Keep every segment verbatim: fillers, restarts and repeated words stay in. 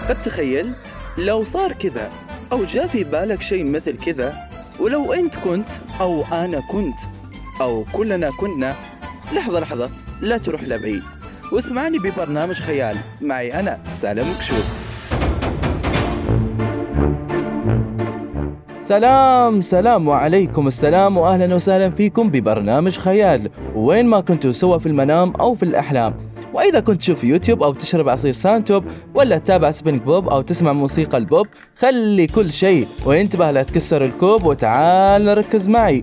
قد تخيلت لو صار كذا أو جاء في بالك شيء مثل كذا، ولو أنت كنت أو أنا كنت أو كلنا كنا؟ لحظة لحظة لا تروح لبعيد واسمعني ببرنامج خيال معي أنا سالم كشوف. سلام سلام وعليكم السلام وأهلا وسهلا فيكم ببرنامج خيال، وين ما كنتوا سوا في المنام أو في الأحلام. وإذا كنت تشوف يوتيوب أو تشرب عصير سانتوب ولا تتابع سبينج بوب أو تسمع موسيقى البوب، خلي كل شيء وانتبه لا تكسر الكوب وتعال نركز معي.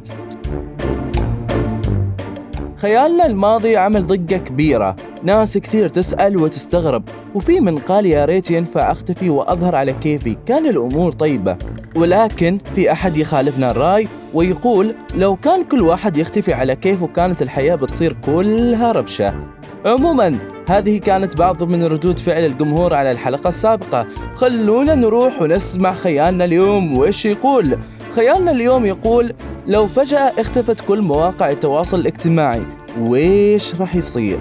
خيالنا الماضي عمل ضجة كبيرة، ناس كثير تسأل وتستغرب، وفي من قال يا ريت ينفع أختفي وأظهر على كيفي، كان الأمور طيبة. ولكن في أحد يخالفنا الرأي ويقول لو كان كل واحد يختفي على كيفه كانت الحياة بتصير كلها ربشة. عموما هذه كانت بعض من ردود فعل الجمهور على الحلقة السابقة. خلونا نروح ونسمع خيالنا اليوم وإيش يقول. خيالنا اليوم يقول لو فجأة اختفت كل مواقع التواصل الاجتماعي وإيش راح يصير؟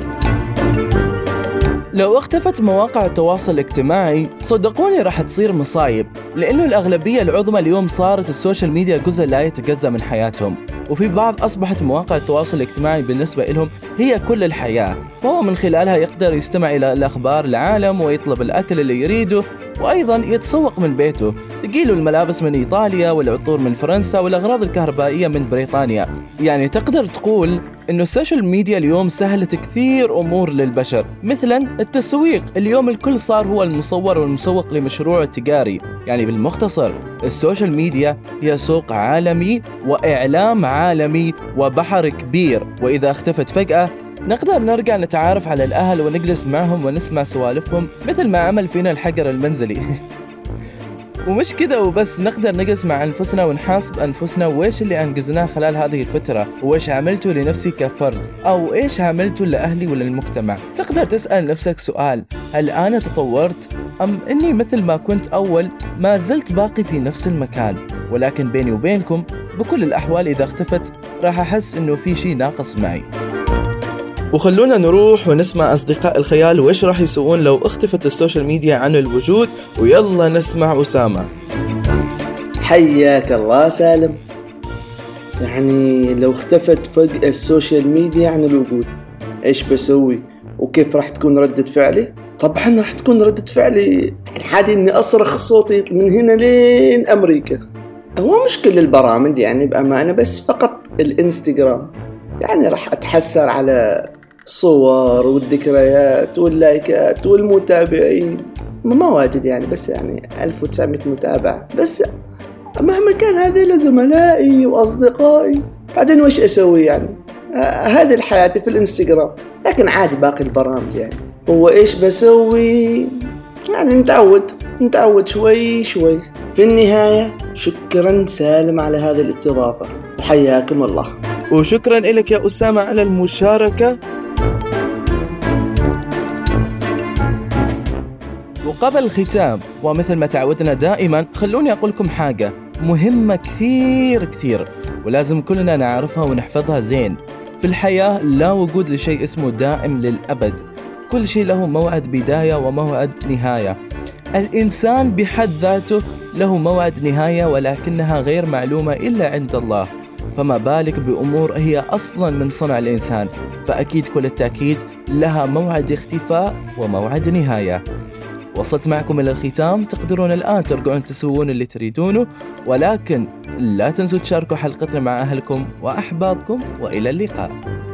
لو اختفت مواقع التواصل الاجتماعي صدقوني راح تصير مصايب، لأنه الأغلبية العظمى اليوم صارت السوشيال ميديا جزء لا يتجزأ من حياتهم، وفي بعض أصبحت مواقع التواصل الاجتماعي بالنسبة لهم هي كل الحياة، فهو من خلالها يقدر يستمع إلى الأخبار العالم ويطلب الأكل اللي يريده، وأيضا يتسوق من بيته، تجيله الملابس من إيطاليا والعطور من فرنسا والأغراض الكهربائية من بريطانيا. يعني تقدر تقول إنه السوشيال ميديا اليوم سهلت كثير أمور للبشر، مثلا التسويق. اليوم الكل صار هو المصور والمسوق لمشروع تجاري. يعني بالمختصر السوشيال ميديا هي سوق عالمي وإعلام عالمي وبحر كبير، وإذا اختفت فجأة نقدر نرجع نتعارف على الأهل ونجلس معهم ونسمع سوالفهم مثل ما عمل فينا الحجر المنزلي. ومش كذا وبس، نقدر نجلس مع أنفسنا ونحاسب أنفسنا وإيش اللي أنجزناه خلال هذه الفترة، وإيش عملته لنفسي كفرد، أو إيش عملته لأهلي وللمجتمع. تقدر تسأل نفسك سؤال: هل أنا تطورت؟ أم إني مثل ما كنت أول ما زلت باقي في نفس المكان؟ ولكن بيني وبينكم بكل الأحوال إذا اختفت راح أحس إنه في شيء ناقص معي. وخلونا نروح ونسمع أصدقاء الخيال وإيش راح يسوون لو اختفت السوشيال ميديا عن الوجود. ويلا نسمع أسامة. حياك الله سالم. يعني لو اختفت فجأة السوشيال ميديا عن الوجود إيش بسوي وكيف راح تكون ردة فعلي؟ طبعا راح تكون ردة فعلي الحادي إني أصرخ صوتي من هنا لين أمريكا. هو مش كل البرامج يعني بأمانة، بس فقط الإنستغرام. يعني راح أتحسر على الصور والذكريات واللايكات والمتابعين، ما واجد يعني، بس يعني ألف وتسعمية متابع بس. مهما كان هذه زملائي وأصدقائي، بعدين وش أسوي يعني؟ آه هذه الحياة في الإنستغرام، لكن عادي باقي البرامج. يعني هو إيش بسوي؟ يعني نتعود نتعود شوي شوي. في النهاية شكرا سالم على هذه الاستضافة وحياكم الله. وشكرا لك يا أسامة على المشاركة. وقبل الختام ومثل ما تعودنا دائما، خلوني أقول لكم حاجة مهمة كثير كثير ولازم كلنا نعرفها ونحفظها زين. في الحياة لا وجود لشيء اسمه دائم للأبد، كل شيء له موعد بداية وموعد نهاية. الإنسان بحد ذاته له موعد نهاية ولكنها غير معلومة إلا عند الله، فما بالك بأمور هي أصلا من صنع الإنسان، فأكيد كل التأكيد لها موعد اختفاء وموعد نهاية. وصلت معكم إلى الختام، تقدرون الآن ترجعون تسوون اللي تريدونه، ولكن لا تنسوا تشاركوا حلقتنا مع أهلكم وأحبابكم، وإلى اللقاء.